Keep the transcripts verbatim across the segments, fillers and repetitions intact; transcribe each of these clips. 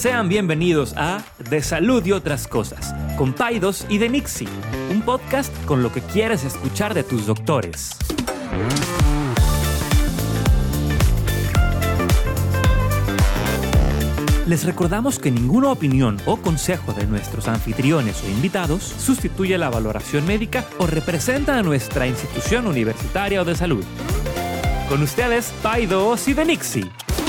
Sean bienvenidos a De Salud y Otras Cosas, con Paidos y de Nixie, un podcast con lo que quieres escuchar de tus doctores. Les recordamos que ninguna opinión o consejo de nuestros anfitriones o invitados sustituye la valoración médica o representa a nuestra institución universitaria o de salud. Con ustedes, Paidos y de Nixie.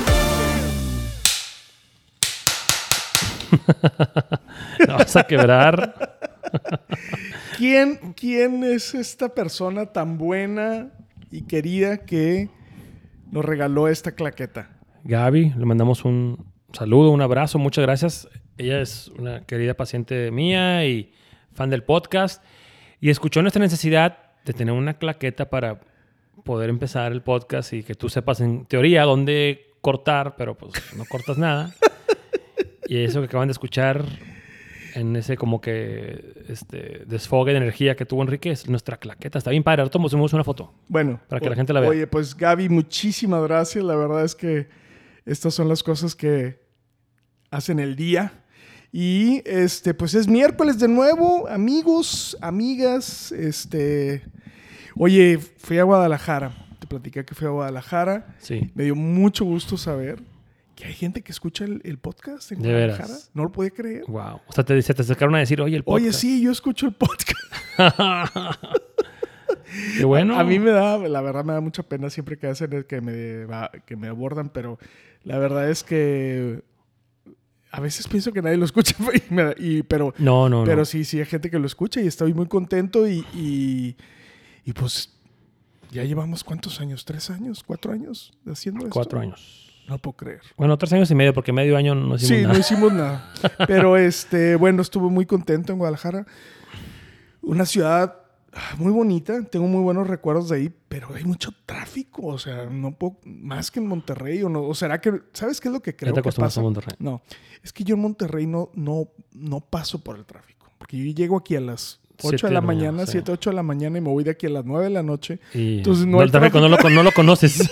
Vamos a quebrar. ¿Quién, ¿Quién es esta persona tan buena y querida que nos regaló esta claqueta? Gaby, le mandamos un saludo, un abrazo, muchas gracias. Ella es una querida paciente mía y fan del podcast y escuchó nuestra necesidad de tener una claqueta para poder empezar el podcast y que tú sepas en teoría dónde cortar, pero pues no cortas nada. Y eso que acaban de escuchar en ese como que este desfogue de energía que tuvo Enrique es nuestra claqueta. Está bien padre. Ahora tomamos una foto. Bueno. Para que o, la gente la vea. Oye, pues Gaby, muchísimas gracias. La verdad es que estas son las cosas que hacen el día. Y este, pues es miércoles de nuevo, amigos, amigas. Este, oye, fui a Guadalajara. Te platicé que fui a Guadalajara. Sí. Me dio mucho gusto saber que hay gente que escucha el, el podcast en ¿De Guadalajara. veras? No lo podía creer. Wow. O sea, te, te acercaron a decir, oye, el podcast. Oye, sí, yo escucho el podcast. Qué bueno. A, a mí me da, la verdad me da mucha pena siempre que hacen que me, va, que me abordan, pero la verdad es que a veces pienso que nadie lo escucha, y me da, y, pero, no, no, pero no. sí, sí hay gente que lo escucha y estoy muy contento y, y, y pues ya llevamos ¿cuántos años? ¿Tres años? ¿Cuatro años haciendo esto? Cuatro años. No puedo creer. Bueno, tres años y medio, porque medio año no hicimos sí, nada. Sí, no hicimos nada. Pero este, bueno, estuve muy contento en Guadalajara. Una ciudad muy bonita. Tengo muy buenos recuerdos de ahí, pero hay mucho tráfico. O sea, no puedo, más que en Monterrey. O, no, o será que, ¿sabes qué es lo que creo ¿Ya te que acostumbras pasa? a Monterrey? No, es que yo en Monterrey no, no, no paso por el tráfico. Porque yo llego aquí a las ocho de la mañana, sí. siete, ocho de la mañana y me voy de aquí a las nueve de la noche. Y Entonces no, no hay el tráfico no lo, no lo conoces.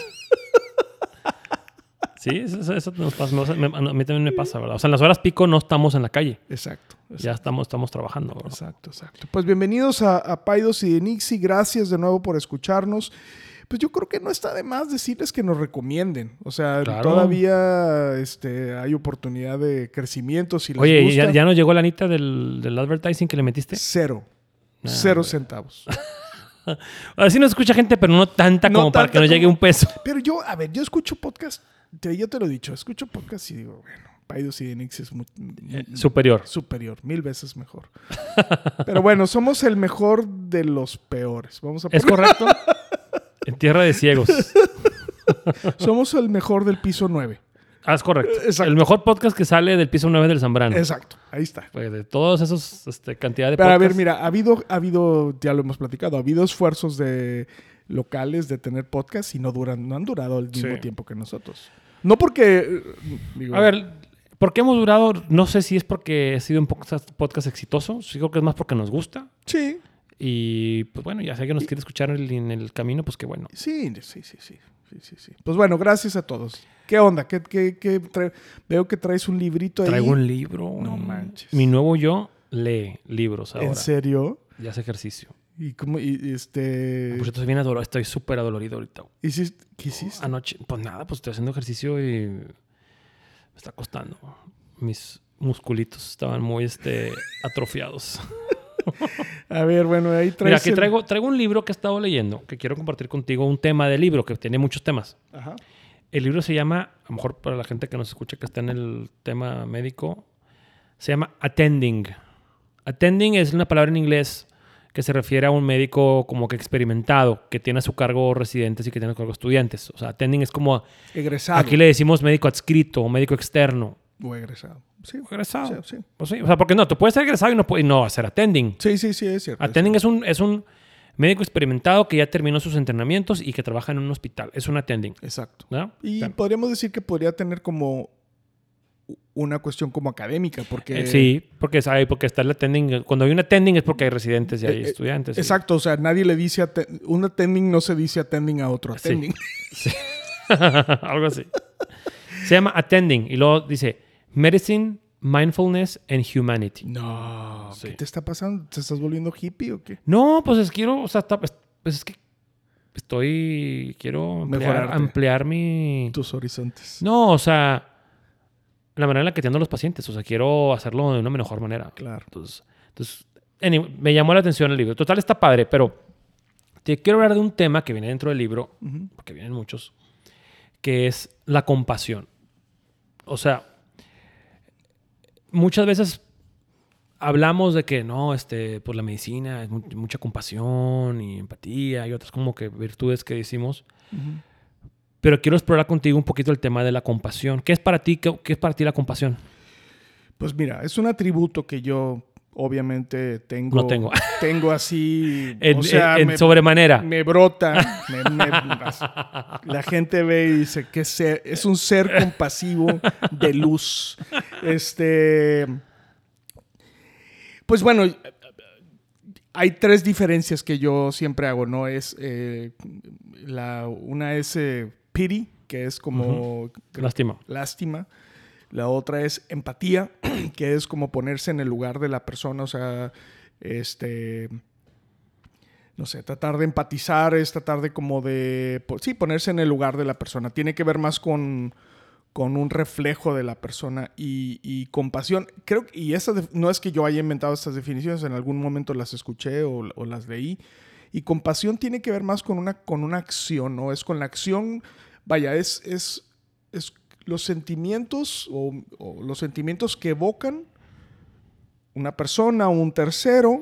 Sí, eso, eso nos pasa. A mí también me pasa, ¿verdad? O sea, en las horas pico no estamos en la calle. Exacto. exacto. Ya estamos, estamos trabajando, ¿verdad? Exacto, exacto. Pues bienvenidos a, a Paidos y de Nixie. Gracias de nuevo por escucharnos. Pues yo creo que no está de más decirles que nos recomienden. O sea, claro. Todavía este, hay oportunidad de crecimiento. Si les Oye, gusta. ¿ya, ¿ya nos llegó la anita del, del advertising que le metiste? Cero. Nah, Cero güey. centavos. Así nos escucha gente, pero no tanta No como para tanta que nos llegue como- un peso. Pero yo, a ver, yo escucho podcast. Te, yo te lo he dicho. Escucho podcast y digo, bueno, Paidos y de Nixie es muy, Eh, superior. superior. Mil veces mejor. Pero bueno, somos el mejor de los peores. Vamos a ¿Es poner- correcto? En tierra de ciegos. Somos el mejor del piso nueve. Ah, es correcto. Exacto. El mejor podcast que sale del piso nueve del Zambrano. Exacto, ahí está. Pues de todos esos este, cantidad de Pero a ver, podcasts. mira, ha habido, ha habido, ya lo hemos platicado, ha habido esfuerzos de locales de tener podcast y no duran, no han durado el mismo Sí. tiempo que nosotros. No porque, eh, digo, A ver, ¿por qué hemos durado? No sé si es porque ha sido un podcast, podcast exitoso. Sí creo que es más porque nos gusta. sí, Y pues bueno, ya sé que nos quiere escuchar en el, en el camino, pues qué bueno. sí, sí, sí, sí, sí, sí, sí. Pues bueno, gracias a todos. ¿Qué onda? ¿Qué, qué, qué trae? Veo que traes un librito ahí. Traigo un libro. No manches. Mi nuevo yo lee libros ahora. ¿En serio? Y hace ejercicio. ¿Y cómo? Y, este... Por cierto, estoy bien adolorido. Estoy súper adolorido ahorita. ¿Hiciste? ¿Qué hiciste? Anoche, pues nada, pues estoy haciendo ejercicio y me está costando. Mis musculitos estaban muy este, atrofiados. A ver, bueno, ahí traes... Mira, aquí el- traigo, traigo un libro que he estado leyendo, que quiero compartir contigo, un tema de libro, que tiene muchos temas. Ajá. El libro se llama, a lo mejor para la gente que nos escucha que está en el tema médico, se llama Attending. Attending es una palabra en inglés que se refiere a un médico como que experimentado, que tiene a su cargo residentes y que tiene a su cargo estudiantes. O sea, attending es como, Egresado. aquí le decimos médico adscrito o médico externo. O egresado. Sí. Egresado. Sí, sí. Pues sí, o sea, porque no, tú puedes ser egresado y no, puedes- y no hacer attending. Sí, sí, sí, es cierto. Attending es un, es un médico experimentado que ya terminó sus entrenamientos y que trabaja en un hospital. Es un attending. Exacto. ¿No? Y Claro. podríamos decir que podría tener como una cuestión como académica, porque... Eh, sí, porque, sabe, porque está el attending. Cuando hay un attending es porque hay residentes y hay Eh, eh, estudiantes. y- Exacto, o sea, nadie le dice... aten- un attending no se dice attending a otro attending. Algo así. Se llama attending y luego dice Medicine, Mindfulness and Humanity. No, Sí. ¿qué te está pasando? ¿Te estás volviendo hippie o qué? No, pues es quiero, o sea, está- pues pues es que estoy, quiero ampliar, Mejorarte. ampliar mi... Tus horizontes. No, o sea, la manera en la que atiendo a los pacientes, o sea, quiero hacerlo de una mejor manera. Claro. Entonces, entonces anyway, me llamó la atención el libro. Total, está padre, pero te quiero hablar de un tema que viene dentro del libro, Ujú. porque vienen muchos, que es la compasión. O sea, muchas veces hablamos de que no, este, pues la medicina es mu- mucha compasión y empatía y otras como que virtudes que decimos. Ujú. Pero quiero explorar contigo un poquito el tema de la compasión. ¿Qué es para ti, qué, qué es para ti la compasión? Pues mira, es un atributo que yo obviamente tengo. No tengo. Tengo así. En, o sea, en- en me, sobremanera. me brota. me- me- la gente ve y dice que ser- es un ser compasivo de luz. Este. Pues bueno, hay tres diferencias que yo siempre hago, ¿no? Es eh, la, una es eh, pity, que es como Lástima. lástima. La otra es empatía, que es como ponerse en el lugar de la persona, o sea, este, no sé, tratar de empatizar es tratar de como de, po- sí, ponerse en el lugar de la persona. Tiene que ver más con, con un reflejo de la persona y, y compasión. Creo que, y estas def- no es que yo haya inventado estas definiciones, en algún momento las escuché o, o las leí. Y compasión tiene que ver más con una, con una acción, ¿no? Es con la acción, vaya, es, es, es los sentimientos o, o los sentimientos que evocan una persona o un tercero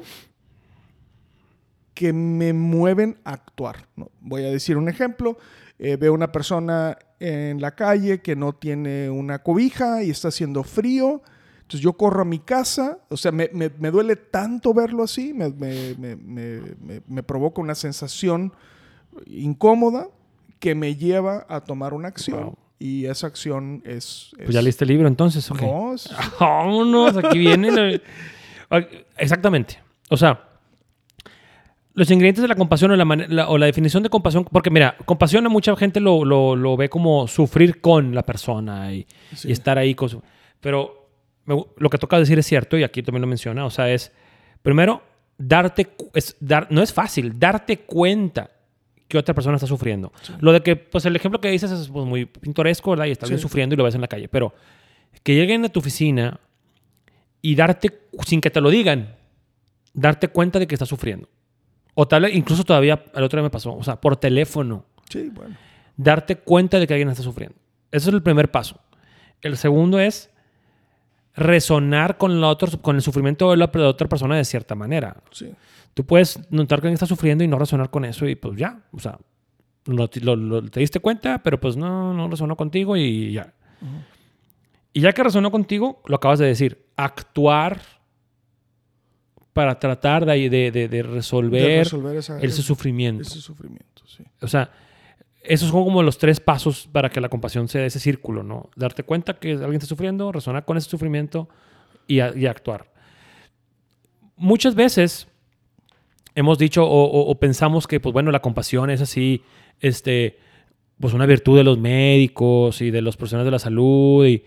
que me mueven a actuar, ¿no? Voy a decir un ejemplo. Eh, veo una persona en la calle que no tiene una cobija y está haciendo frío. Entonces yo corro a mi casa. O sea, me, me, me duele tanto verlo así. Me, me, me, me, me, me provoca una sensación incómoda que me lleva a tomar una acción. Wow. Y esa acción es... es Pues ya leíste el libro entonces, ¿o qué? No, es- Vámonos, aquí viene. lo- Exactamente. O sea, los ingredientes de la compasión o la, mane- la- o la definición de compasión, porque mira, compasión a mucha gente lo, lo, lo ve como sufrir con la persona y, Sí. y estar ahí con su... Pero me gu- lo que toca decir es cierto y aquí también lo menciona, o sea, es primero, darte, cu- es dar, no es fácil, darte cuenta que otra persona está sufriendo. Sí. Lo de que, pues el ejemplo que dices es pues, muy pintoresco, ¿verdad? Y está Sí. bien sufriendo y lo ves en la calle, pero que lleguen a tu oficina y darte, sin que te lo digan, darte cuenta de que está sufriendo. O tal vez, incluso todavía, el otro día me pasó, o sea, por teléfono. Sí, bueno. Darte cuenta de que alguien está sufriendo. Ese es el primer paso. El segundo es resonar con, la otro, con el sufrimiento de la de otra persona de cierta manera. Sí. Tú puedes notar que alguien está sufriendo y no resonar con eso y pues ya, o sea, lo, lo, lo, te diste cuenta, pero pues no, no resonó contigo y ya. Uh-huh. Y ya que resonó contigo, lo acabas de decir, actuar para tratar de, de, de, de resolver, de resolver esa, ese, ese sufrimiento. Ese sufrimiento, sí. O sea, esos son como los tres pasos para que la compasión sea ese círculo, ¿no? Darte cuenta que alguien está sufriendo, resonar con ese sufrimiento y, a, y actuar. Muchas veces hemos dicho o, o, o pensamos que, pues bueno, la compasión es así, este, pues una virtud de los médicos y de los profesionales de la salud. Y...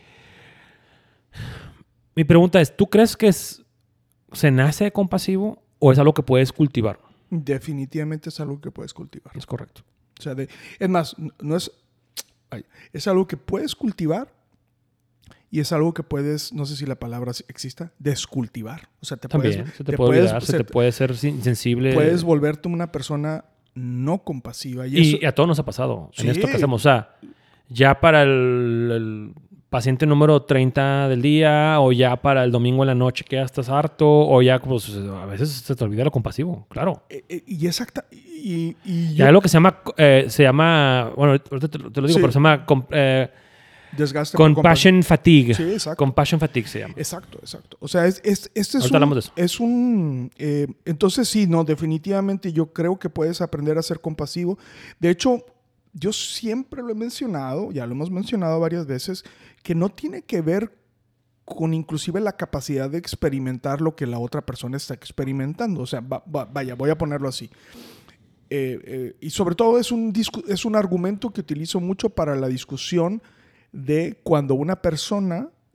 Mi pregunta es, ¿tú crees que es, se nace compasivo o es algo que puedes cultivar? Definitivamente es algo que puedes cultivar. Es correcto. O sea, de, es más, no es, ay, es algo que puedes cultivar y es algo que puedes, no sé si la palabra exista, descultivar. O sea, te También, puedes, se te, te puede puedes, olvidar, se se te te, puede ser insensible. Puedes volverte una persona no compasiva. Y, y, eso, y a todos nos ha pasado sí. en esto que hacemos. O sea, ya para el, el paciente número treinta del día o ya para el domingo en la noche que ya estás harto o ya pues, a veces se te olvida lo compasivo, claro. Eh, y exacta. Y, y ya yo, hay lo que se llama, eh, se llama, bueno, ahorita te, te lo digo, sí. pero se llama eh, desgaste compassion fatigue. Sí, exacto. Compassion fatigue se llama. Exacto, exacto. O sea, es, es, este es ahorita un... hablamos de eso. Es un eh, entonces sí, no, definitivamente yo creo que puedes aprender a ser compasivo. De hecho, yo siempre lo he mencionado, ya lo hemos mencionado varias veces, que no tiene que ver con inclusive la capacidad de experimentar lo que la otra persona está experimentando. O sea, va, va, vaya, voy a ponerlo así. Eh, eh, y sobre todo es un, es un argumento que utilizo mucho para la discusión de cuando una persona,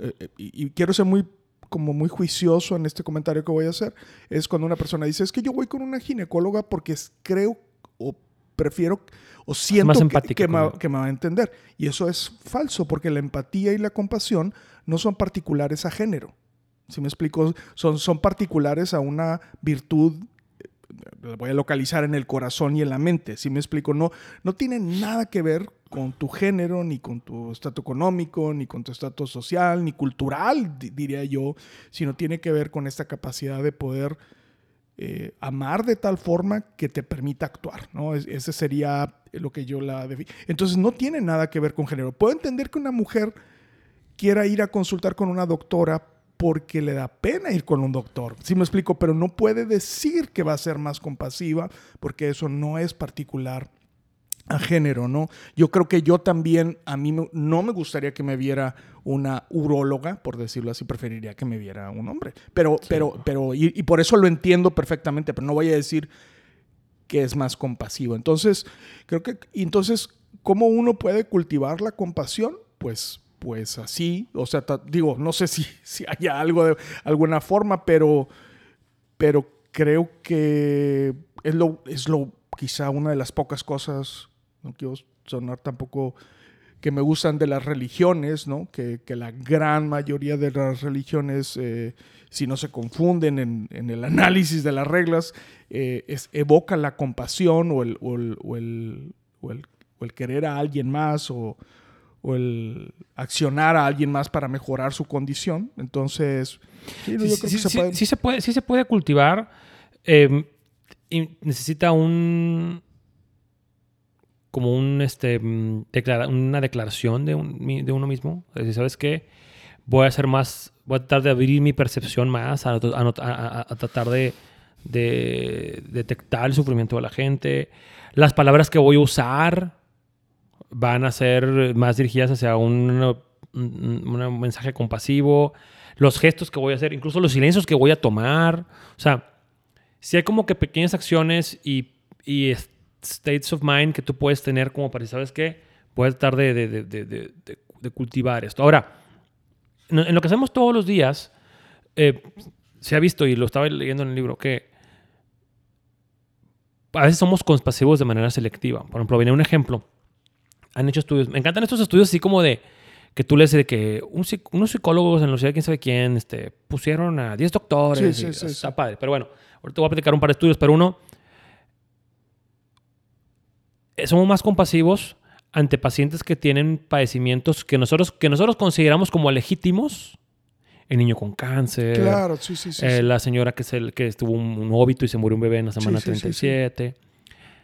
eh, y, y quiero ser muy, como muy juicioso en este comentario que voy a hacer, es cuando una persona dice, es que yo voy con una ginecóloga porque creo o prefiero o siento que, que, me, que me va a entender. Y eso es falso, porque la empatía y la compasión no son particulares a género. ¿Sí me explico? Son, son particulares a una virtud, la voy a localizar en el corazón y en la mente. ¿Sí me explico? No, no tiene nada que ver con tu género, ni con tu estatus económico, ni con tu estatus social, ni cultural, diría yo, sino tiene que ver con esta capacidad de poder eh, amar de tal forma que te permita actuar, ¿no? Es, ese sería lo que yo la defino. Entonces no tiene nada que ver con género. Puedo entender que una mujer quiera ir a consultar con una doctora porque le da pena ir con un doctor. Sí me explico, pero no puede decir que va a ser más compasiva porque eso no es particular a género, ¿no? Yo creo que yo también, a mí no me gustaría que me viera una uróloga, por decirlo así, preferiría que me viera un hombre. Pero, sí. pero, pero, y, y por eso lo entiendo perfectamente, pero no voy a decir que es más compasivo. Entonces, creo que, entonces, ¿cómo uno puede cultivar la compasión? Pues, pues así, o sea, ta, digo, no sé si, si haya algo de alguna forma, pero, pero creo que es lo, es lo, quizá una de las pocas cosas, no quiero sonar tampoco, que me gustan de las religiones, ¿no? Que, que la gran mayoría de las religiones, eh, si no se confunden en, en el análisis de las reglas, eh, es, evoca la compasión o el, o, el, o, el, o, el, o el querer a alguien más o, o el accionar a alguien más para mejorar su condición. Entonces, sí, yo sí, creo sí, que se sí, puede... Sí se puede, sí se puede cultivar. Eh, y necesita un... como un, este, declara, una declaración de, un, de uno mismo. Es decir, ¿sabes qué? Voy a hacer más... Voy a tratar de abrir mi percepción más, a, a, a, a tratar de, de detectar el sufrimiento de la gente. Las palabras que voy a usar van a ser más dirigidas hacia un, un, un mensaje compasivo. Los gestos que voy a hacer, incluso los silencios que voy a tomar. O sea, si hay como que pequeñas acciones y, y states of mind que tú puedes tener como para, ¿sabes qué? Puedes tratar de, de, de, de, de, de cultivar esto. Ahora, en lo que hacemos todos los días, eh, se ha visto, y lo estaba leyendo en el libro, que a veces somos compasivos de manera selectiva. Por ejemplo, viene un ejemplo. Han hecho estudios. Me encantan estos estudios así como de que tú lees de que un, unos psicólogos en la universidad, quién sabe quién, este, pusieron a diez doctores. Sí, sí, y, sí, está sí. padre. Pero bueno, ahorita voy a platicar un par de estudios, pero uno... somos más compasivos ante pacientes que tienen padecimientos que nosotros, que nosotros consideramos como legítimos. El niño con cáncer. Claro, sí, sí, sí. Eh, sí. La señora que, se, que tuvo un, un óbito y se murió un bebé en la semana sí, sí, treinta y siete. Sí, sí.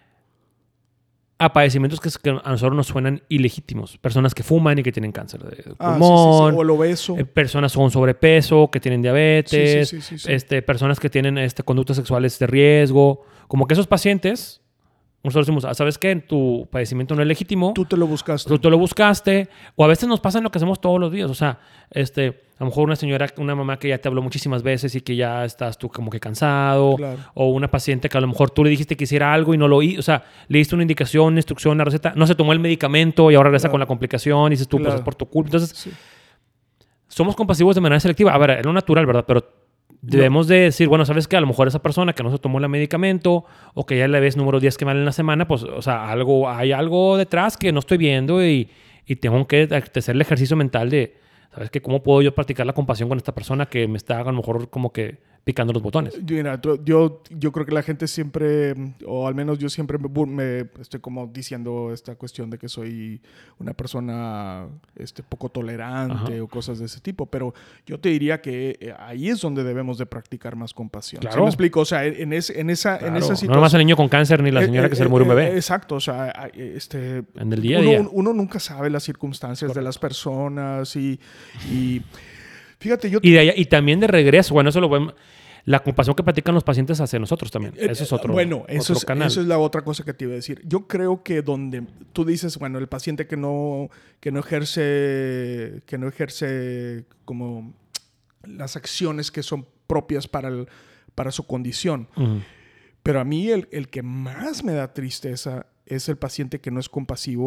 A padecimientos que, que a nosotros nos suenan ilegítimos. Personas que fuman y que tienen cáncer de pulmón. Ah, sí, sí, sí. O el obeso. Eh, personas con sobrepeso, que tienen diabetes. Sí, sí, sí, sí, sí. Este, personas que tienen este, conductas sexuales de riesgo. Como que esos pacientes... Nosotros decimos, ¿sabes qué? Tu padecimiento no es legítimo. Tú te lo buscaste. Tú te lo buscaste. O a veces nos pasa en lo que hacemos todos los días. O sea, este, a lo mejor una señora, una mamá que ya te habló muchísimas veces y que ya estás tú como que cansado. Claro. O una paciente que a lo mejor tú le dijiste que hiciera algo y no lo hizo. O sea, le diste una indicación, una instrucción, una receta. No se tomó el medicamento y ahora regresa claro. con la complicación y dices tú, claro. pues es por tu culpa. Entonces, sí. somos compasivos de manera selectiva. A ver, es lo natural, ¿verdad? Pero... debemos de decir, bueno, ¿sabes qué? A lo mejor esa persona que no se tomó el medicamento o que ya le ves número diez que mal en la semana, pues, o sea, algo, hay algo detrás que no estoy viendo y, y tengo que hacer el ejercicio mental de, ¿sabes qué? ¿Cómo puedo yo practicar la compasión con esta persona que me está a lo mejor como que picando los botones? Mira, yo, yo creo que la gente siempre, o al menos yo siempre me, me estoy como diciendo esta cuestión de que soy una persona este, poco tolerante Ajá. o cosas de ese tipo, pero yo te diría que ahí es donde debemos de practicar más compasión. Claro. ¿Sí me explico? O sea, en, ese, en, esa, claro. en esa situación... No nomás el niño con cáncer ni la señora eh, que se le murió un bebé. Eh, exacto, o sea, este... en el día a uno, día. Uno nunca sabe las circunstancias Correcto. de las personas y... y fíjate, yo... Y, de allá, y también de regreso, bueno, eso lo vemos... La compasión que practican los pacientes hacia nosotros también. Eso es otro, bueno, eso, otro es, canal. eso es la otra cosa que te iba a decir. Yo creo que donde tú dices, bueno, el paciente que no, que no ejerce, que no ejerce como las acciones que son propias para, el, para su condición. Uh-huh. Pero a mí el, el que más me da tristeza es el paciente que no es compasivo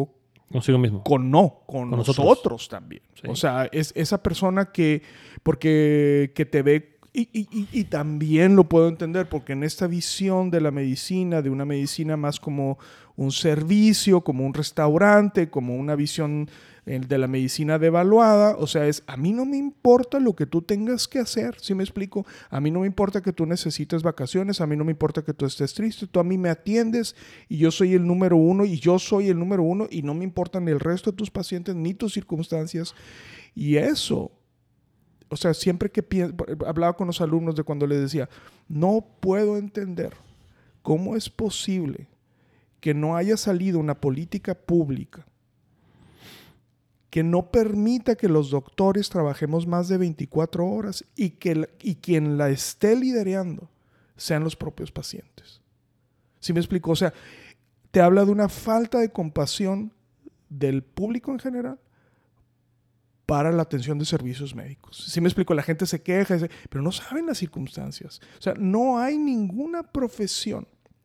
Consigo mismo. Con no, con, Con nosotros, nosotros. también. Sí. O sea, es esa persona que, porque, que te ve, y, y, y, y también lo puedo entender, porque en esta visión de la medicina, de una medicina más como un servicio, como un restaurante, como una visión de la medicina devaluada, o sea, es a mí no me importa lo que tú tengas que hacer, ¿sí me explico? A mí no me importa que tú necesites vacaciones, a mí no me importa que tú estés triste, tú a mí me atiendes y yo soy el número uno y yo soy el número uno y no me importan el resto de tus pacientes ni tus circunstancias. Y eso, o sea, siempre que pienso, hablaba con los alumnos de cuando les decía, no puedo entender cómo es posible que no haya salido una política pública que no permita que los doctores trabajemos más de veinticuatro horas y que y quien la esté liderando sean los propios pacientes. ¿Sí me explico? O sea, te habla de una falta de compasión del público en general para la atención de servicios médicos. ¿Sí me explico? La gente se queja, pero no saben las circunstancias. O sea, no hay ninguna profesión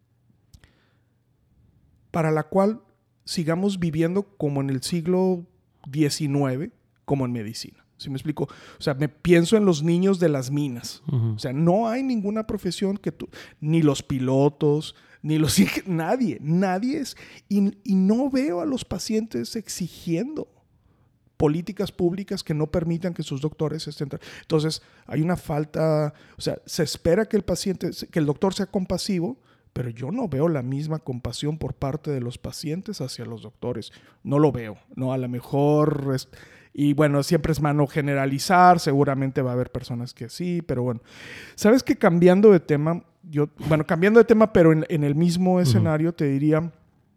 para la cual sigamos viviendo como en el siglo diecinueve, como en medicina. ¿Sí me explico? O sea, me pienso en los niños de las minas. Uh-huh. O sea, no hay ninguna profesión que tú, ni los pilotos, ni los... Nadie, nadie es... Y, y no veo a los pacientes exigiendo políticas públicas que no permitan que sus doctores estén... Entonces, hay una falta... O sea, se espera que el paciente, que el doctor sea compasivo, pero yo no veo la misma compasión por parte de los pacientes hacia los doctores. No lo veo, ¿no? A lo mejor... Es, y bueno, siempre es mano generalizar. Seguramente va a haber personas que sí, pero bueno. ¿Sabes que cambiando de tema? Yo, bueno, cambiando de tema, pero en, en el mismo escenario, uh-huh. te diría...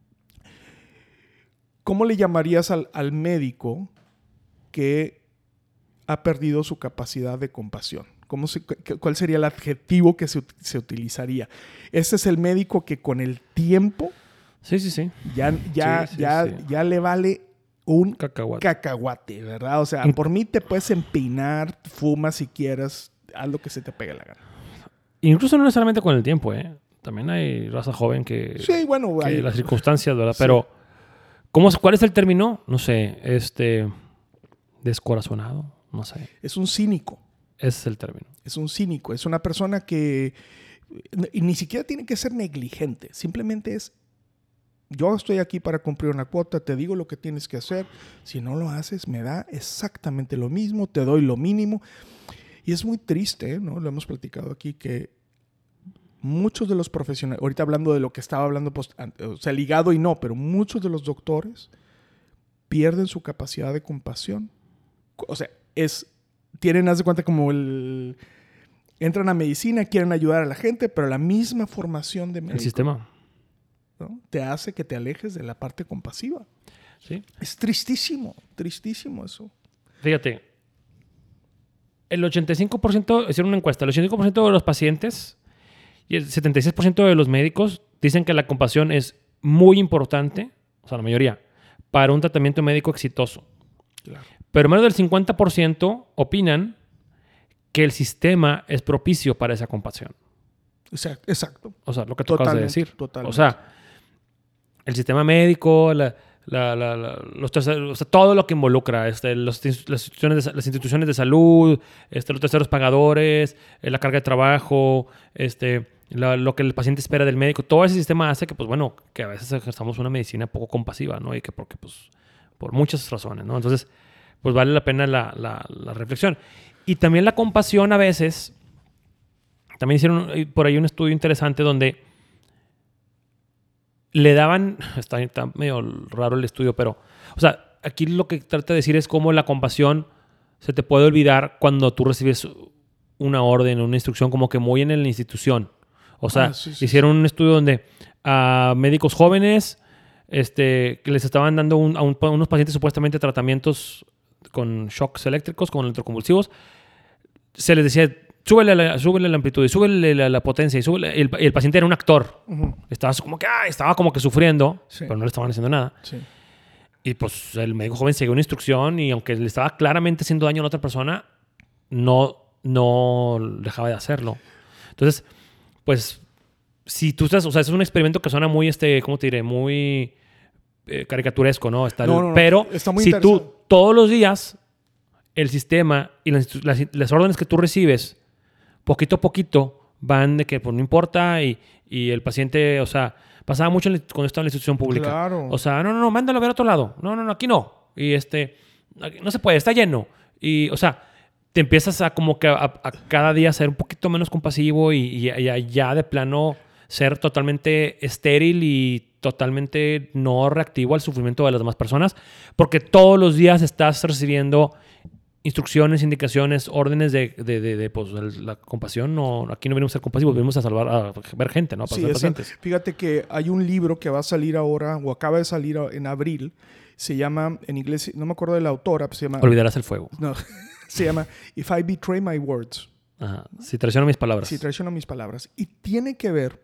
¿Cómo le llamarías al, al médico que ha perdido su capacidad de compasión? ¿Cómo se, ¿Cuál sería el adjetivo que se, se utilizaría? Ese es el médico que con el tiempo sí, sí, sí. Ya, ya, sí, sí, ya, sí. ya le vale un cacahuate. cacahuate, ¿verdad? O sea, In- por mí te puedes empinar, fumas si quieras, haz lo que se te pegue la gana. Incluso no necesariamente con el tiempo, ¿eh? También hay raza joven que... Sí, bueno. Que hay... las circunstancias, ¿verdad? Sí. Pero, ¿cómo, ¿cuál es el término? No sé, este... descorazonado, no sé. Es un cínico. Ese es el término. Es un cínico. Es una persona que y ni siquiera tiene que ser negligente. Simplemente es, yo estoy aquí para cumplir una cuota, te digo lo que tienes que hacer. Si no lo haces, me da exactamente lo mismo, te doy lo mínimo. Y es muy triste, ¿no? Lo hemos platicado aquí, que muchos de los profesionales, ahorita hablando de lo que estaba hablando, pues, o sea, ligado y no, pero muchos de los doctores pierden su capacidad de compasión. O sea, es... tienen, haz de cuenta, como el... entran a medicina, quieren ayudar a la gente, pero la misma formación de médico, el sistema, ¿no? Te hace que te alejes de la parte compasiva. Sí. Es tristísimo, tristísimo eso. Fíjate, el ochenta y cinco por ciento, hicieron una encuesta, el ochenta y cinco por ciento de los pacientes y el setenta y seis por ciento de los médicos dicen que la compasión es muy importante, o sea, la mayoría, para un tratamiento médico exitoso. Claro. Pero menos del cincuenta por ciento opinan que el sistema es propicio para esa compasión. Exacto. O sea, lo que tú acabas de decir. Totalmente. O sea, el sistema médico, la, la, la, la, los terceros, o sea, todo lo que involucra este, los, las, instituciones de, las instituciones de salud, este, los terceros pagadores, eh, la carga de trabajo, este, la, lo que el paciente espera del médico. Todo ese sistema hace que, pues bueno, que a veces ejerzamos una medicina poco compasiva, ¿no? Y que porque, pues, por muchas razones, ¿no? Entonces, pues vale la pena la, la, la reflexión. Y también la compasión a veces, también hicieron por ahí un estudio interesante donde le daban, está, está medio raro el estudio, pero, o sea, aquí lo que trata de decir es cómo la compasión se te puede olvidar cuando tú recibes una orden, una instrucción como que muy en la institución. O sea, ah, sí, sí, hicieron sí. un estudio donde a médicos jóvenes este, que les estaban dando un, a, un, a unos pacientes supuestamente tratamientos con shocks eléctricos, con electroconvulsivos, se les decía, súbele la, súbele la amplitud y súbele la, la potencia y súbele. Y el, el paciente era un actor. Uh-huh. Estaba como que, ah, estaba como que sufriendo, sí. pero no le estaban haciendo nada. Sí. Y pues el médico joven siguió una instrucción y aunque le estaba claramente haciendo daño a la otra persona, no, no dejaba de hacerlo. Entonces, pues, si tú estás, o sea, es un experimento que suena muy, este, ¿cómo te diré? Muy eh, caricaturesco, ¿no? Está el- No, no, no, pero está muy si tú interesante. todos los días el sistema y las, las, las órdenes que tú recibes, poquito a poquito, van de que pues no importa y, y el paciente, o sea, pasaba mucho en la- cuando estaba en la institución pública. Claro. O sea, no, no, no, mándalo a ver a otro lado. No, no, no, aquí no. Y este, aquí no se puede, está lleno. Y, o sea, te empiezas a como que a, a cada día ser un poquito menos compasivo y, y, y a ya de plano ser totalmente estéril y totalmente no reactivo al sufrimiento de las demás personas, porque todos los días estás recibiendo instrucciones, indicaciones, órdenes de, de, de, de, pues, la compasión. No, aquí no venimos a ser compasivos, venimos a salvar, a ver gente, ¿no? Para Sí, ser exacto. pacientes. Fíjate que hay un libro que va a salir ahora, o acaba de salir en abril. Se llama, en inglés, no me acuerdo de la autora, pero se llama... Olvidarás el fuego. No, se llama If I Betray My Words. Ajá. Si traiciono mis palabras. Si traiciono mis palabras. Y tiene que ver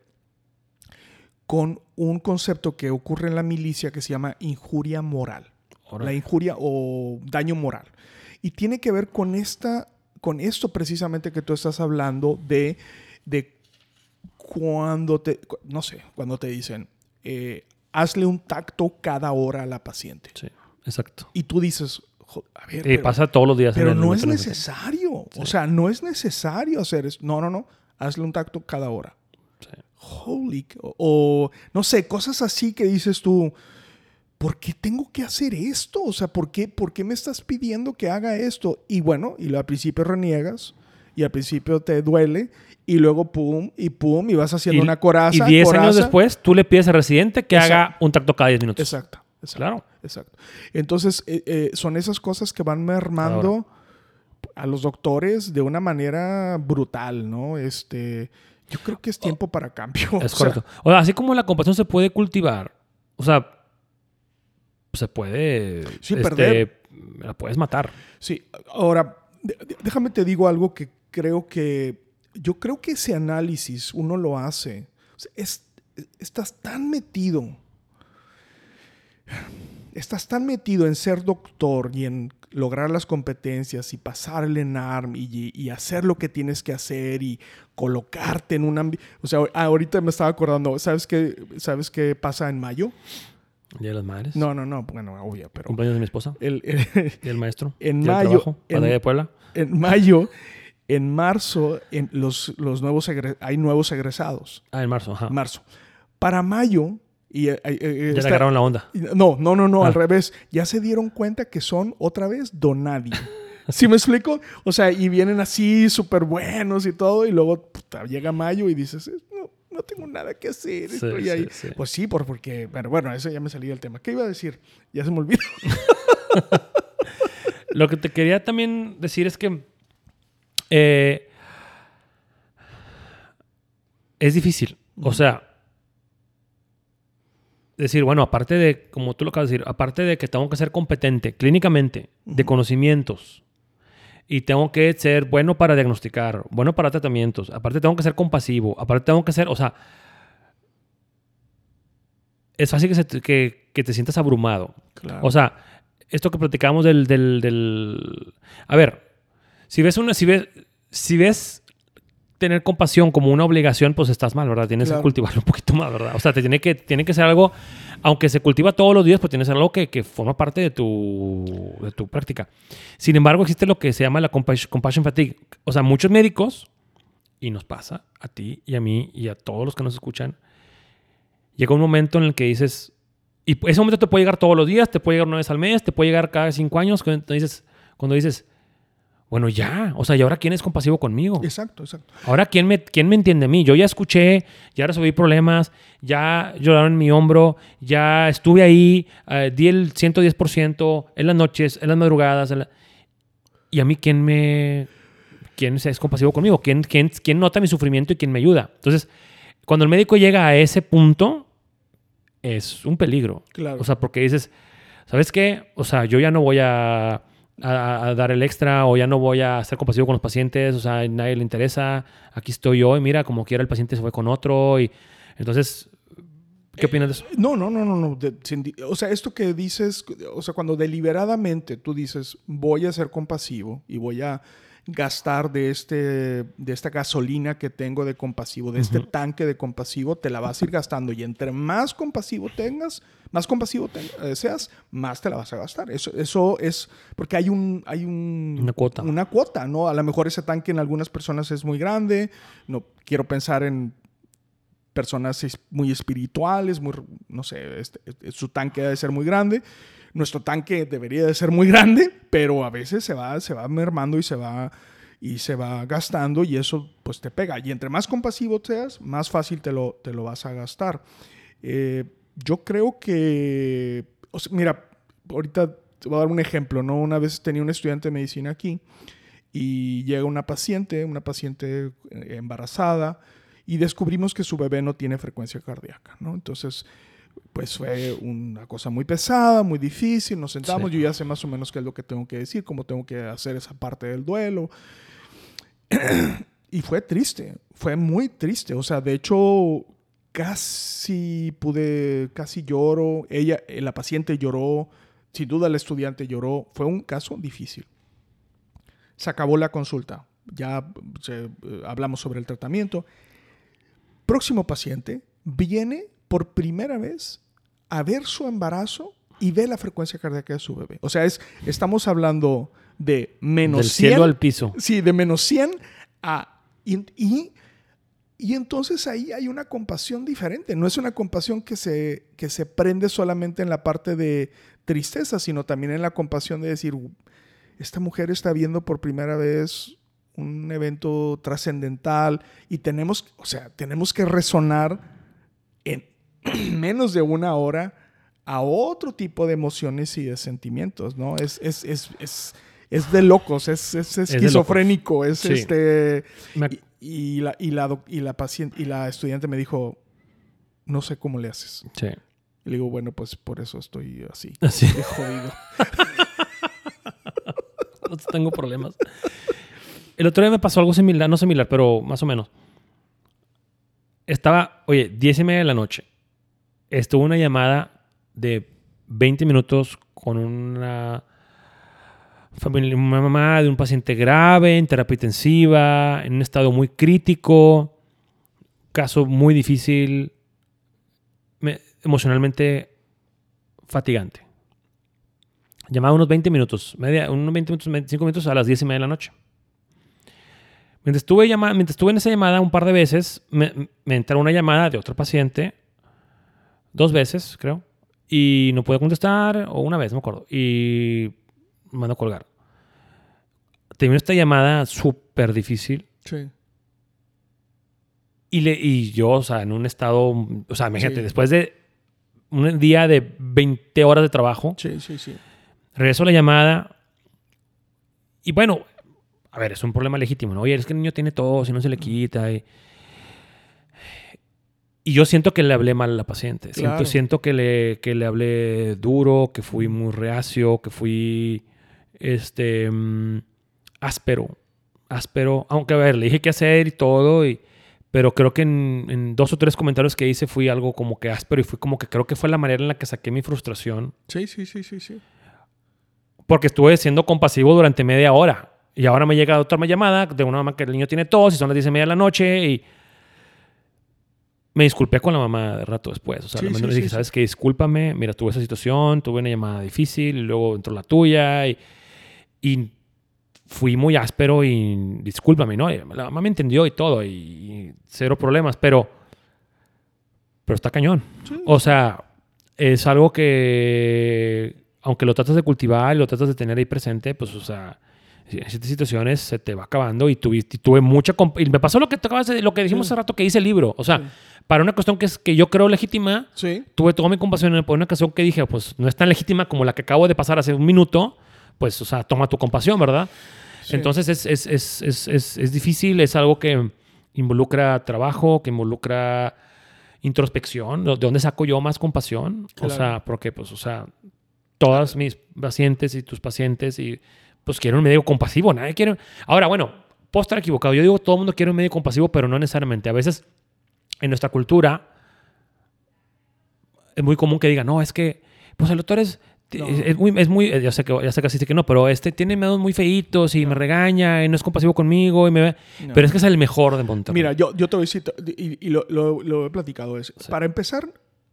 con un concepto que ocurre en la milicia que se llama injuria moral. Órale. La injuria o daño moral. Y tiene que ver con esta, con esto precisamente que tú estás hablando de, de cuando te, no sé, cuando te dicen, eh, hazle un tacto cada hora a la paciente. Sí, exacto. Y tú dices, "Jo- a ver, Y pero, pasa todos los días. pero en el no es momento en el que- necesario. Sí. O sea, no es necesario hacer eso. No, no, no. Hazle un tacto cada hora. Sí. Holy... O, o, no sé, cosas así que dices tú, ¿por qué tengo que hacer esto? O sea, ¿por qué, ¿por qué me estás pidiendo que haga esto? Y bueno, y al principio reniegas, y al principio te duele, y luego pum, y pum, y vas haciendo Y- una coraza. Y diez coraza. años después, tú le pides al residente que Exacto. haga un tacto cada diez minutos. Exacto, exacto. Claro. Exacto. Entonces, eh, eh, son esas cosas que van mermando a los doctores de una manera brutal, ¿no? Este, yo creo que es tiempo para cambio. Es O sea, correcto. O sea, así como la compasión se puede cultivar, o sea, se puede... Sí, este, perder. La puedes matar. sí, ahora, de- de- déjame te digo algo que creo que, yo creo que ese análisis uno lo hace. O sea, es, estás tan metido, estás tan metido en ser doctor y en lograr las competencias y pasar el ENARM y, y hacer lo que tienes que hacer y colocarte en un ambiente. O sea, ahorita me estaba acordando, ¿sabes qué, ¿sabes qué pasa en mayo? Día de las Madres. No, no, no, bueno, obvio, pero... Cumpleaños de mi esposa. El, el- Y el maestro. En Día del mayo, trabajo, en- Batalla de Puebla. en mayo, en marzo, en los, los nuevos egre- hay nuevos egresados. Ah, en marzo, ajá. Marzo. Para mayo... Y, eh, eh, Ya está- le agarraron la onda. No, no, no, no, Ah. al revés. Ya se dieron cuenta que son otra vez donadie. ¿Sí me explico? O sea, y vienen así súper buenos y todo, y luego puta, llega mayo y dices, "Eh, no, no tengo nada que hacer, Sí, estoy sí, ahí". sí. Pues sí, por, porque, bueno, bueno, eso ya me salía del tema. ¿Qué iba a decir? Ya se me olvidó. Lo que te quería también decir es que eh, es difícil. O sea, decir, bueno, aparte de, como tú lo acabas de decir, aparte de que tengo que ser competente clínicamente, de Ujú. conocimientos, y tengo que ser bueno para diagnosticar, bueno para tratamientos, aparte tengo que ser compasivo, aparte tengo que ser, o sea, es fácil que, se te, que, que te sientas abrumado. Claro. O sea, esto que platicamos del, del, del... A ver, si ves una... Si ves, si ves tener compasión como una obligación, pues estás mal, ¿verdad? Tienes Claro. que cultivarlo un poquito más, ¿verdad? O sea, te tiene que, tiene que ser algo... Aunque se cultiva todos los días, pues tiene que ser algo que, que forma parte de tu, de tu práctica. Sin embargo, existe lo que se llama la compassion, compassion fatigue. O sea, muchos médicos, y nos pasa a ti y a mí y a todos los que nos escuchan, llega un momento en el que dices... Y ese momento te puede llegar todos los días, te puede llegar una vez al mes, te puede llegar cada cinco años, cuando dices, cuando dices, bueno, ya, o sea, ¿y ahora quién es compasivo conmigo? Exacto, exacto. Ahora, ¿quién me, quién me entiende a mí? Yo ya escuché, ya resolví problemas, ya lloraron en mi hombro, ya estuve ahí, eh, di el ciento diez por ciento en las noches, en las madrugadas. En la... ¿Y a mí quién me... quién es compasivo conmigo? ¿Quién, quién, quién nota mi sufrimiento y quién me ayuda? Entonces, cuando el médico llega a ese punto, es un peligro. Claro. O sea, porque dices, ¿sabes qué? O sea, yo ya no voy a, a, a dar el extra o ya no voy a ser compasivo con los pacientes. O sea, a nadie le interesa. Aquí estoy yo y mira, como quiera el paciente se fue con otro. Y entonces, ¿qué opinas de eso? No, no, no, no, no. De- sin di- o sea, esto que dices, o sea, cuando deliberadamente tú dices, voy a ser compasivo y voy a gastar de, este, de esta gasolina que tengo de compasivo, de este uh-huh. tanque de compasivo, te la vas a ir gastando. Y entre más compasivo tengas, más compasivo te, eh, seas, más te la vas a gastar. Eso, eso es porque hay, un, hay un, una cuota. Una cuota, ¿no? A lo mejor ese tanque en algunas personas es muy grande. No quiero pensar en personas muy espirituales, muy, no sé, este, su tanque debe ser muy grande. Nuestro tanque debería de ser muy grande, pero a veces se va, se va mermando y se va, y se va gastando y eso pues te pega. Y entre más compasivo seas, más fácil te lo, te lo vas a gastar. Eh, yo creo que... O sea, mira, ahorita te voy a dar un ejemplo, ¿no? Una vez tenía un estudiante de medicina aquí y llega una paciente, una paciente embarazada y descubrimos que su bebé no tiene frecuencia cardíaca, ¿no? Entonces... pues fue una cosa muy pesada, muy difícil. Nos sentamos, sí. Yo ya sé más o menos qué es lo que tengo que decir, cómo tengo que hacer esa parte del duelo. Y fue triste, fue muy triste. O sea, de hecho, casi pude, casi lloro. Ella, la paciente lloró, sin duda el estudiante lloró. Fue un caso difícil. Se acabó la consulta. Ya se, hablamos sobre el tratamiento. Próximo paciente viene por primera vez a ver su embarazo y ve la frecuencia cardíaca de su bebé. O sea, es, estamos hablando de menos Del cien. Del cielo al piso. Sí, de menos cien a... Y, y, y entonces ahí hay una compasión diferente. No es una compasión que se, que se prende solamente en la parte de tristeza, sino también en la compasión de decir, esta mujer está viendo por primera vez un evento trascendental y tenemos, o sea, tenemos que resonar en menos de una hora a otro tipo de emociones y de sentimientos, ¿no? Es, es, es, es, es de locos, es, es esquizofrénico, es, sí. este... Me... Y, y, la, y, la, y, la paciente, y la estudiante me dijo, no sé cómo le haces. Sí. Y le digo, bueno, pues por eso estoy así, así. De jodido. No tengo problemas. El otro día me pasó algo similar, no similar, pero más o menos. Estaba, oye, diez y media de la noche. Estuvo una llamada de veinte minutos con una familia, una mamá de un paciente grave, en terapia intensiva, en un estado muy crítico, caso muy difícil, me, emocionalmente fatigante. Llamada unos veinte minutos, media, unos veinte minutos, veinticinco minutos a las diez y media de la noche. Mientras estuve, llamada, mientras estuve en esa llamada un par de veces, me, me entró una llamada de otro paciente, dos veces, creo, y no pude contestar, o una vez, no me acuerdo, y me mandó a colgar. Terminó esta llamada súper difícil. Sí. Y, le, y yo, o sea, en un estado, o sea, imagínate, sí. Después de un día de veinte horas de trabajo, sí, sí, sí. regreso a la llamada, y bueno... A ver, es un problema legítimo, ¿no? Oye, es que el niño tiene tos y no se le quita. Y, y yo siento que le hablé mal a la paciente. Claro. Siento, siento que, le, que le hablé duro, que fui muy reacio, que fui este, um, áspero. Áspero. Aunque, a ver, le dije qué hacer y todo. Y, pero creo que en, en dos o tres comentarios que hice fui algo como que áspero. Y fui como que creo que fue la manera en la que saqué mi frustración. Sí, sí, sí, sí, sí. Porque estuve siendo compasivo durante media hora. Y ahora me llega otra llamada de una mamá que el niño tiene tos y son las diez y media de la noche y me disculpé con la mamá de rato después. O sea, sí, sí, le dije, sí, ¿sabes sí. qué? Discúlpame. Mira, tuve esa situación, tuve una llamada difícil y luego entró la tuya y, y fui muy áspero y discúlpame, ¿no? Y la mamá me entendió y todo y, y cero problemas, pero, pero está cañón. Sí. O sea, es algo que, aunque lo tratas de cultivar y lo tratas de tener ahí presente, pues, o sea... En ciertas situaciones se te va acabando y tuve, y tuve mucha... Comp- y me pasó lo que, te acabas de, lo que dijimos sí. hace rato que hice el libro. O sea, sí. para una cuestión que, es, que yo creo legítima, sí. tuve toda mi compasión por una cuestión que dije, pues no es tan legítima como la que acabo de pasar hace un minuto, pues, o sea, toma tu compasión, ¿verdad? Sí. Entonces es, es, es, es, es, es difícil, es algo que involucra trabajo, que involucra introspección. ¿De dónde saco yo más compasión? Claro. O sea, porque, pues, o sea, todas mis pacientes y tus pacientes y... pues quiero un médico compasivo. Nadie quiere... Ahora, bueno, puedo estar equivocado. Yo digo, todo el mundo quiere un médico compasivo, pero no necesariamente. A veces, en nuestra cultura, es muy común que digan, no, es que, pues el doctor es, No. Es, es muy, es muy, ya sé que, ya sé que así que no, pero este tiene métodos muy feitos y No. me regaña y no es compasivo conmigo y me ve. No. Pero es que es el mejor de Monterrey. Mira, yo, yo te voy a decir, y, y lo, lo, lo he platicado, es, Sí. para empezar,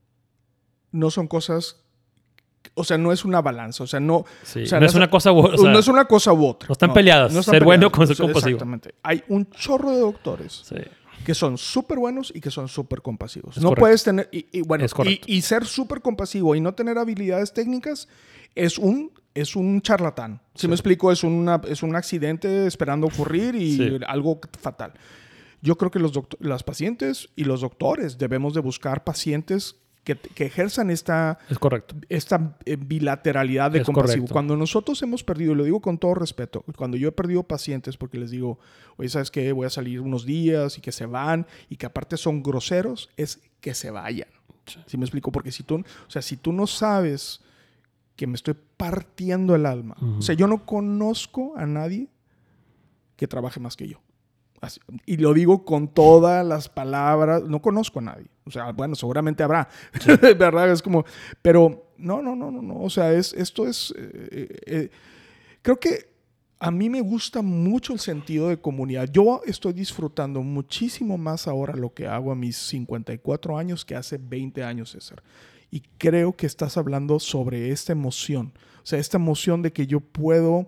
no son cosas, o sea, no es una balanza, o sea, no... Sí, o sea, no es las- una cosa u o sea, no es una cosa u otra. no están peleadas, ser bueno con ser compasivo. Exactamente. Hay un chorro de doctores sí. que son súper buenos y que son súper compasivos. Es no correcto. puedes tener... Y, y bueno, Es y, correcto. y ser súper compasivo y no tener habilidades técnicas es un, es un charlatán. Si Sí. me explico, es, una, es un accidente esperando ocurrir y Sí. algo fatal. Yo creo que los doctor- las pacientes y los doctores debemos de buscar pacientes que, que ejerzan esta, Es correcto. esta eh, bilateralidad de Es compasivo. correcto. Cuando nosotros hemos perdido, y lo digo con todo respeto, cuando yo he perdido pacientes porque les digo, oye, ¿sabes qué? Voy a salir unos días y que se van y que aparte son groseros, es que se vayan. Sí. ¿Sí me explico? Porque si tú, o sea, si tú no sabes que me estoy partiendo el alma, Ujú. o sea, yo no conozco a nadie que trabaje más que yo. Así- y lo digo con todas las palabras, no conozco a nadie. O sea, bueno, seguramente habrá, ¿verdad? Es como, pero no, no, no, no, no. O sea, es, esto es, eh, eh, creo que a mí me gusta mucho el sentido de comunidad. Yo estoy disfrutando muchísimo más ahora lo que hago a mis cincuenta y cuatro años que hace veinte años, César. Y creo que estás hablando sobre esta emoción. O sea, esta emoción de que yo puedo,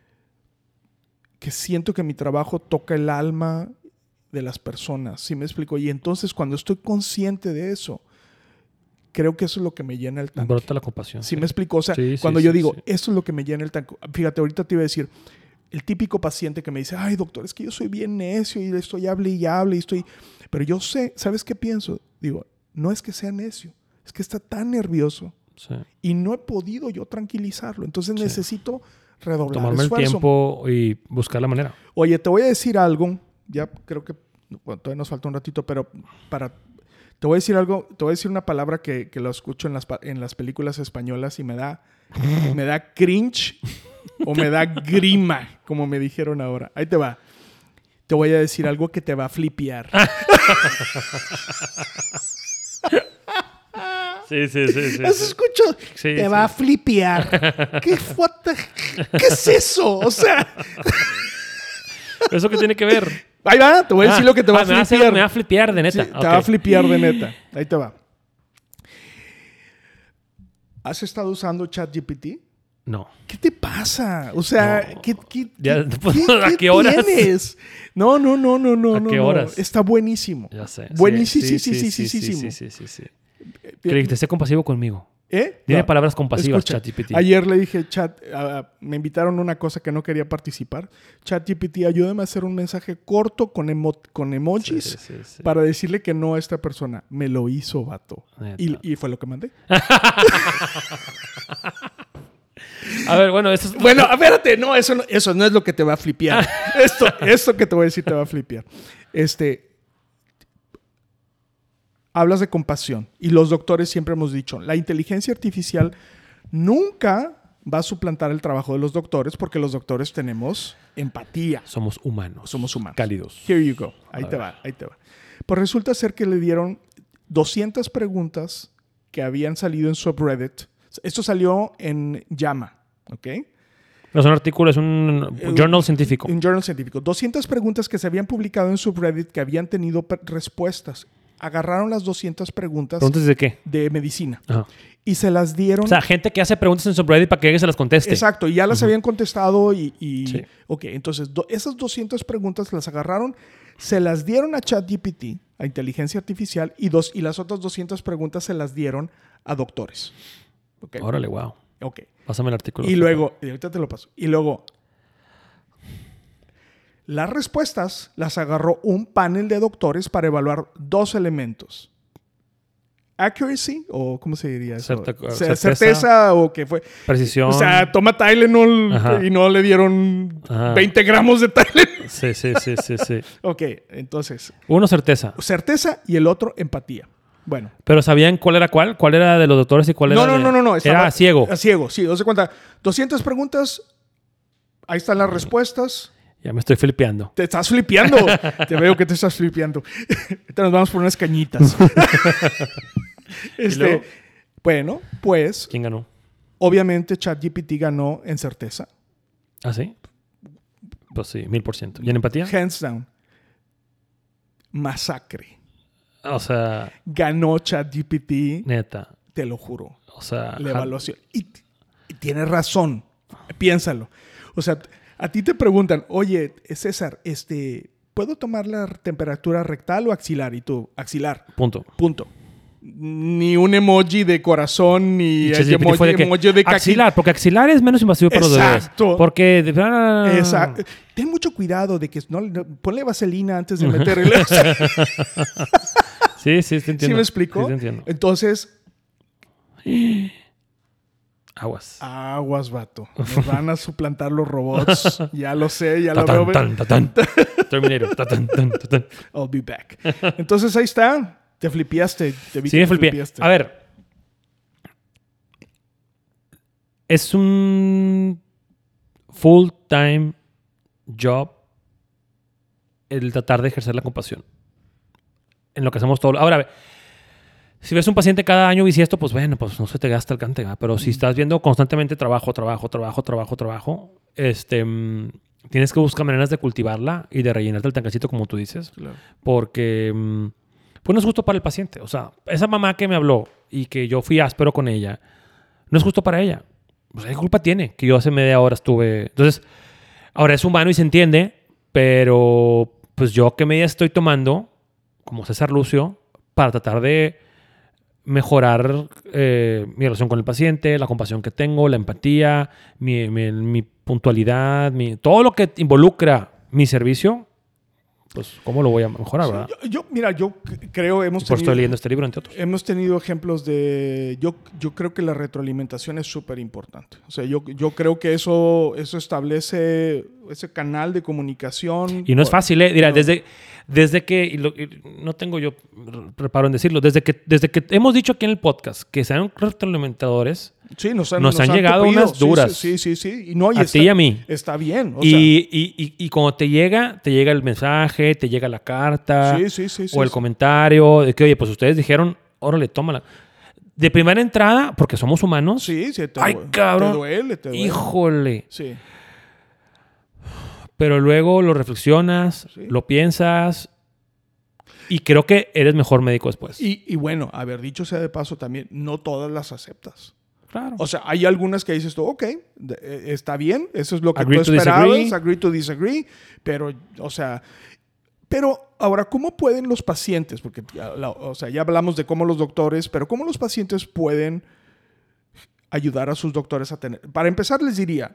que siento que mi trabajo toca el alma de las personas. ¿Sí me explico? Y entonces cuando estoy consciente de eso, creo que eso es lo que me llena el tanque. Brota la compasión. ¿Sí me explico? O sea, Sí, sí, cuando sí, yo digo, sí. esto es lo que me llena el tanque. Fíjate, ahorita te iba a decir, el típico paciente que me dice, ay, doctor, es que yo soy bien necio y le estoy hable y hable y estoy... Pero yo sé, ¿sabes qué pienso? Digo, no es que sea necio, es que está tan nervioso Sí. y no he podido yo tranquilizarlo. Entonces Sí. necesito redoblar Tomarme el esfuerzo. tiempo y buscar la manera. Oye, te voy a decir algo. Ya creo que bueno, todavía nos falta un ratito, pero para te voy a decir algo. Te voy a decir una palabra que, que lo escucho en las, pa- en las películas españolas y me da, me da cringe o me da grima, como me dijeron ahora. Ahí te va. Te voy a decir algo que te va a flipear. Sí, sí, sí. sí, ¿Has escuchado? Sí, te sí. va a flipear. ¿Qué, what the- ¿Qué es eso? O sea, ¿Eso qué tiene que ver? ahí va. Te voy a decir Ah, lo que te va ah, a me va a hacer- flipear. me va a flipear de neta. Sí, te Ok. va a flipear de neta. Ahí te va. ¿Has estado usando ChatGPT? No. ¿Qué te pasa? O sea, No. ¿qué, qué, Ya, qué- pues, qué- ¿a qué qué horas? tienes? No, no, no, no, no. ¿A no, qué no. horas? Está buenísimo. Ya sé. Buenísimo, Sí, sí, sí, sí, sí, sí, sí, sí. sí, sí, sí. Que le esté compasivo conmigo. ¿Eh? Tiene No. palabras compasivas, Escucha, ChatGPT. Ayer le dije, chat, ah, me invitaron a una cosa que no quería participar. ChatGPT, ayúdame a hacer un mensaje corto con, emo- con emojis Sí, sí, sí. para decirle que no a esta persona. Me lo hizo, vato. Neta. Y, y fue lo que mandé. A ver, bueno, eso es... Bueno, espérate, no eso, no, eso no es lo que te va a flipear. esto, esto que te voy a decir te va a flipear. Este, hablas de compasión y los doctores siempre hemos dicho, la inteligencia artificial nunca va a suplantar el trabajo de los doctores porque los doctores tenemos empatía. Somos humanos. Somos humanos. Cálidos. Here you go. Ahí A te ver. va, ahí te va. Pues resulta ser que le dieron doscientas preguntas que habían salido en subreddit. Esto salió en Llama, ¿ok? No es un artículo, es un Eh, journal científico. Un journal científico. doscientas preguntas que se habían publicado en subreddit que habían tenido pe- respuestas. Agarraron las doscientas preguntas ¿Preguntas de qué? de medicina Ajá. y se las dieron. O sea, gente que hace preguntas en subreddit para que alguien se las conteste. Exacto, y ya las Ujú. habían contestado y... y- Sí. Ok, entonces do- esas doscientas preguntas las agarraron, se las dieron a ChatGPT, a inteligencia artificial, y, dos, y las otras doscientas preguntas se las dieron a doctores. Ok, Órale, wow. ok. Pásame el artículo. Y luego, y ahorita te lo paso, y luego... Las respuestas las agarró un panel de doctores para evaluar dos elementos. Accuracy, o ¿cómo se diría eso? Certa- O sea, certeza. certeza o qué fue. Precisión. O sea, toma Tylenol Ajá. y no le dieron Ajá. veinte gramos de Tylenol. Sí, sí, sí, sí, sí. Ok, entonces, Uno, certeza. certeza y el otro, empatía. Bueno. ¿Pero sabían cuál era cuál? ¿Cuál era de los doctores y cuál No, era no, de- no, no, no. estaba- Era ciego. a ciego, sí. Doce cuenta. doscientas preguntas. Ahí están las respuestas. Ya me estoy flipeando. Te estás flipeando. Te veo que te estás flipeando. Ahorita nos vamos por unas cañitas. Y este, luego- bueno, pues ¿Quién ganó? Obviamente ChatGPT ganó en certeza. ¿Ah, sí? Pues sí, mil por ciento. ¿Y en empatía? Hands down. Masacre. O sea... Ganó ChatGPT. Neta. Te lo juro. O sea... La evaluación. Y, y tienes razón. Piénsalo. O sea, a ti te preguntan, oye, César, este, ¿puedo tomar la temperatura rectal o axilar? Y tú, axilar. Punto. Punto. Ni un emoji de corazón, ni emoji de, emoji de axilar, porque axilar es menos invasivo para Exacto. los bebés. Porque... De... Exacto. Ten mucho cuidado de que no, no ponle vaselina antes de meterle. Sí, sí, te entiendo. ¿Sí me explico? Sí, te entiendo. Entonces... Aguas. Aguas, vato. Nos van a suplantar los robots. Ya lo sé, ya lo tatán, veo. Tan, tatán. Terminator. Tatán, tan, tatán. I'll be back. Entonces ahí está. Te flipiaste. Te vi sí, que me te flipié. flipiaste. A ver. Es un full-time job el tratar de ejercer la compasión. En lo que hacemos todo. Ahora, a ver, si ves un paciente cada año bisiesto, pues bueno, pues no se te gasta el cante, ¿verdad? Pero si estás viendo constantemente trabajo, trabajo, trabajo, trabajo, trabajo, este, mmm, tienes que buscar maneras de cultivarla y de rellenarte el tanquecito, como tú dices. Claro. Porque mmm, pues no es justo para el paciente. O sea, esa mamá que me habló y que yo fui áspero con ella, no es justo para ella. Pues ¿qué culpa tiene? Que yo hace media hora estuve... Entonces, ahora es humano y se entiende, pero pues yo qué medidas estoy tomando, como César Lucio, para tratar de mejorar eh, mi relación con el paciente, la compasión que tengo, la empatía, mi, mi, mi puntualidad, mi, todo lo que involucra mi servicio, pues cómo lo voy a mejorar, ¿verdad? Sí, yo, yo, mira, yo creo hemos Por tenido, estoy leyendo este libro, entre otros. Hemos tenido ejemplos de... Yo, yo creo que la retroalimentación es súper importante. O sea, yo, yo creo que eso, eso establece ese canal de comunicación. Y no es fácil, ¿eh? Mira, no. desde, desde que... Y lo, y no tengo yo reparo en decirlo. Desde que, desde que hemos dicho aquí en el podcast que sean retroalimentadores... Sí, nos han, nos nos han han llegado tupido. unas duras. Sí, sí, sí. sí. Y no, y a está, ti y a mí. Está bien. O y, sea, y, y, y cuando te llega, te llega el mensaje, te llega la carta sí, sí, sí, o sí, el sí. comentario de que, oye, pues ustedes dijeron, órale, tómala. De primera entrada, porque somos humanos. Sí, sí, te, Ay, duele, cabrón. te duele, te duele. Híjole. Sí. Pero luego lo reflexionas, Sí. lo piensas y creo que eres mejor médico después. Y, y bueno, haber dicho sea de paso también, no todas las aceptas. Claro. O sea, hay algunas que dices tú, ok, de, eh, está bien, eso es lo que Agree tú to esperabas, disagree. agree to disagree, pero, o sea, pero ahora, ¿cómo pueden los pacientes? Porque, ya, la, o sea, ya hablamos de cómo los doctores, pero ¿cómo los pacientes pueden ayudar a sus doctores a tener? Para empezar, les diría,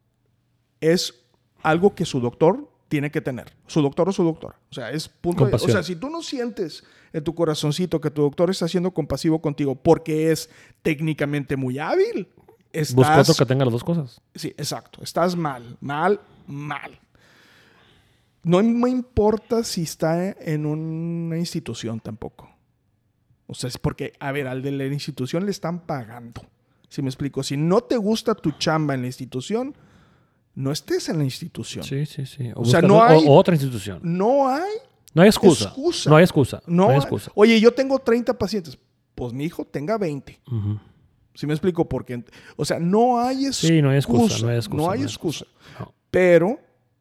es algo que su doctor tiene que tener, su doctor o su doctora. O sea, es punto de, o sea, si tú no sientes en tu corazoncito que tu doctor está siendo compasivo contigo porque es técnicamente muy hábil, estás... Busca otro que tenga las dos cosas. Sí, exacto. Estás mal, mal, mal. No me importa si está en una institución tampoco. O sea, es porque, a ver, al de la institución le están pagando. ¿Sí me explico? Si no te gusta tu chamba en la institución, no estés en la institución. Sí, sí, sí. O, O sea, buscas no o- hay- o otra institución. No hay No hay excusa. excusa. No hay excusa. No, No hay hay- excusa. Oye, yo tengo treinta pacientes. Pues mi hijo tenga veinte. Ujú. ¿Sí me explico? Porque, o sea, no hay excusa. Sí, no hay excusa. No hay excusa. No hay no excusa. No. Pero,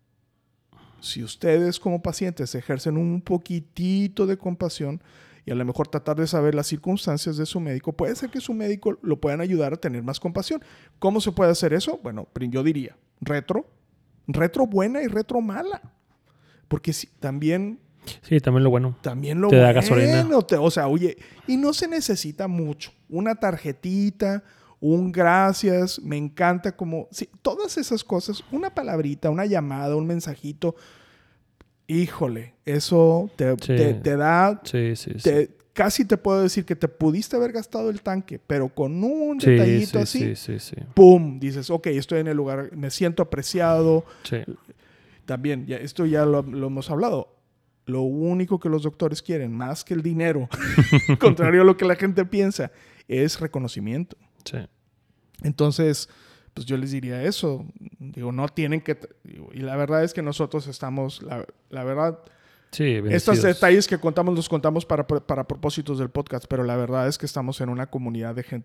si ustedes como pacientes ejercen un poquitito de compasión y a lo mejor tratar de saber las circunstancias de su médico, puede ser que su médico lo puedan ayudar a tener más compasión. ¿Cómo se puede hacer eso? Bueno, yo diría, retro, retro buena y retro mala. Porque si, también, Sí, también lo bueno. también lo Te da bueno, gasolina. te- o sea, oye, y no se necesita mucho. Una tarjetita, un gracias, me encanta como... Sí, todas esas cosas, una palabrita, una llamada, un mensajito, híjole, eso te, Sí. te, te da... Sí, sí, sí. te- casi te puedo decir que te pudiste haber gastado el tanque, pero con un Sí, detallito sí, así, sí, sí, sí. ¡pum! Dices, ok, estoy en el lugar, me siento apreciado. Sí. También, ya, esto ya lo, lo hemos hablado. Lo único que los doctores quieren, más que el dinero, contrario a lo que la gente piensa, es reconocimiento. Sí. Entonces, pues yo les diría eso. Digo, no tienen que... digo, y la verdad es que nosotros estamos, la, la verdad, Sí, estos bendecidos. detalles que contamos los contamos para, para propósitos del podcast, pero la verdad es que estamos en una comunidad de gente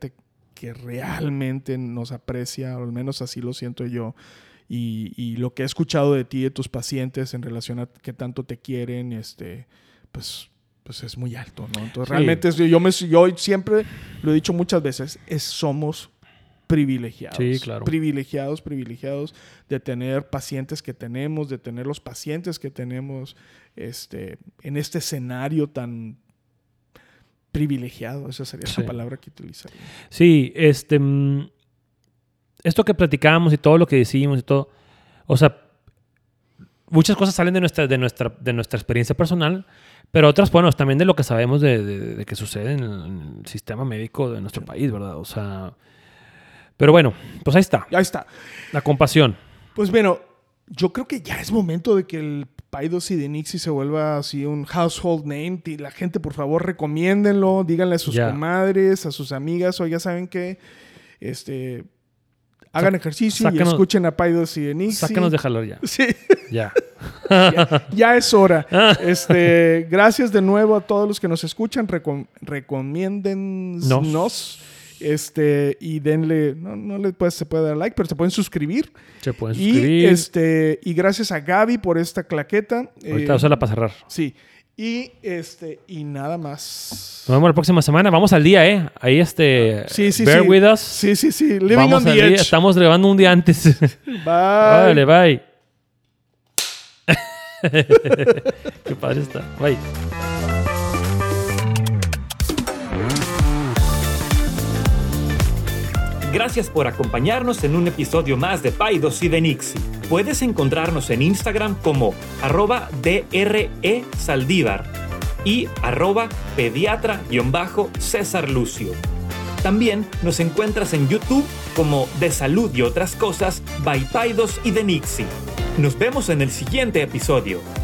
que realmente nos aprecia, o al menos así lo siento yo. Y, y lo que he escuchado de ti y de tus pacientes en relación a qué tanto te quieren, este, pues, pues es muy alto, ¿no? Entonces, sí. realmente es, yo, me, yo siempre lo he dicho muchas veces, es, somos privilegiados. Sí, claro. Privilegiados, privilegiados de tener pacientes que tenemos, de tener los pacientes que tenemos este, en este escenario tan privilegiado. Esa sería sí. la palabra que utilizaría. Sí, este... esto que platicamos y todo lo que decimos y todo, o sea, muchas cosas salen de nuestra, de nuestra, de nuestra experiencia personal, pero otras, bueno, también de lo que sabemos de, de, de que sucede en el, en el sistema médico de nuestro sí. país, ¿verdad? O sea, pero bueno, pues ahí está. Ahí está. La compasión. Pues bueno, yo creo que ya es momento de que el Paidos y de Nixie se vuelva así un household name. Y la gente, por favor, recomiéndenlo, díganle a sus ya. comadres, a sus amigas, o ya saben que, este... hagan ejercicio Sácanos, y escuchen a Paidos y de Nixie. Sácanos de jalar ya. Sí. Ya. ya. Ya es hora. Este, gracias de nuevo a todos los que nos escuchan. Recom- recomiéndennos. Nos. Este, y denle, no, no le puede, se puede dar like, pero se pueden suscribir. Se pueden suscribir. Y, este, y gracias a Gaby por esta claqueta. Ahorita eh, úsala para cerrar. Sí. Y este y nada más. Nos vemos la próxima semana. Vamos al día, ¿eh? Ahí este... Sí, sí, bear sí. with us. Sí, sí, sí. Living Vamos on the al edge. Día. Estamos grabando un día antes. Bye. Vale, bye. Qué padre está. Bye. Gracias por acompañarnos en un episodio más de Paidos y de Nixie. Puedes encontrarnos en Instagram como arroba dresaldívar y arroba pediatra-césar Lucio. También nos encuentras en YouTube como De Salud y Otras Cosas by Paidos y de Nixie. Nos vemos en el siguiente episodio.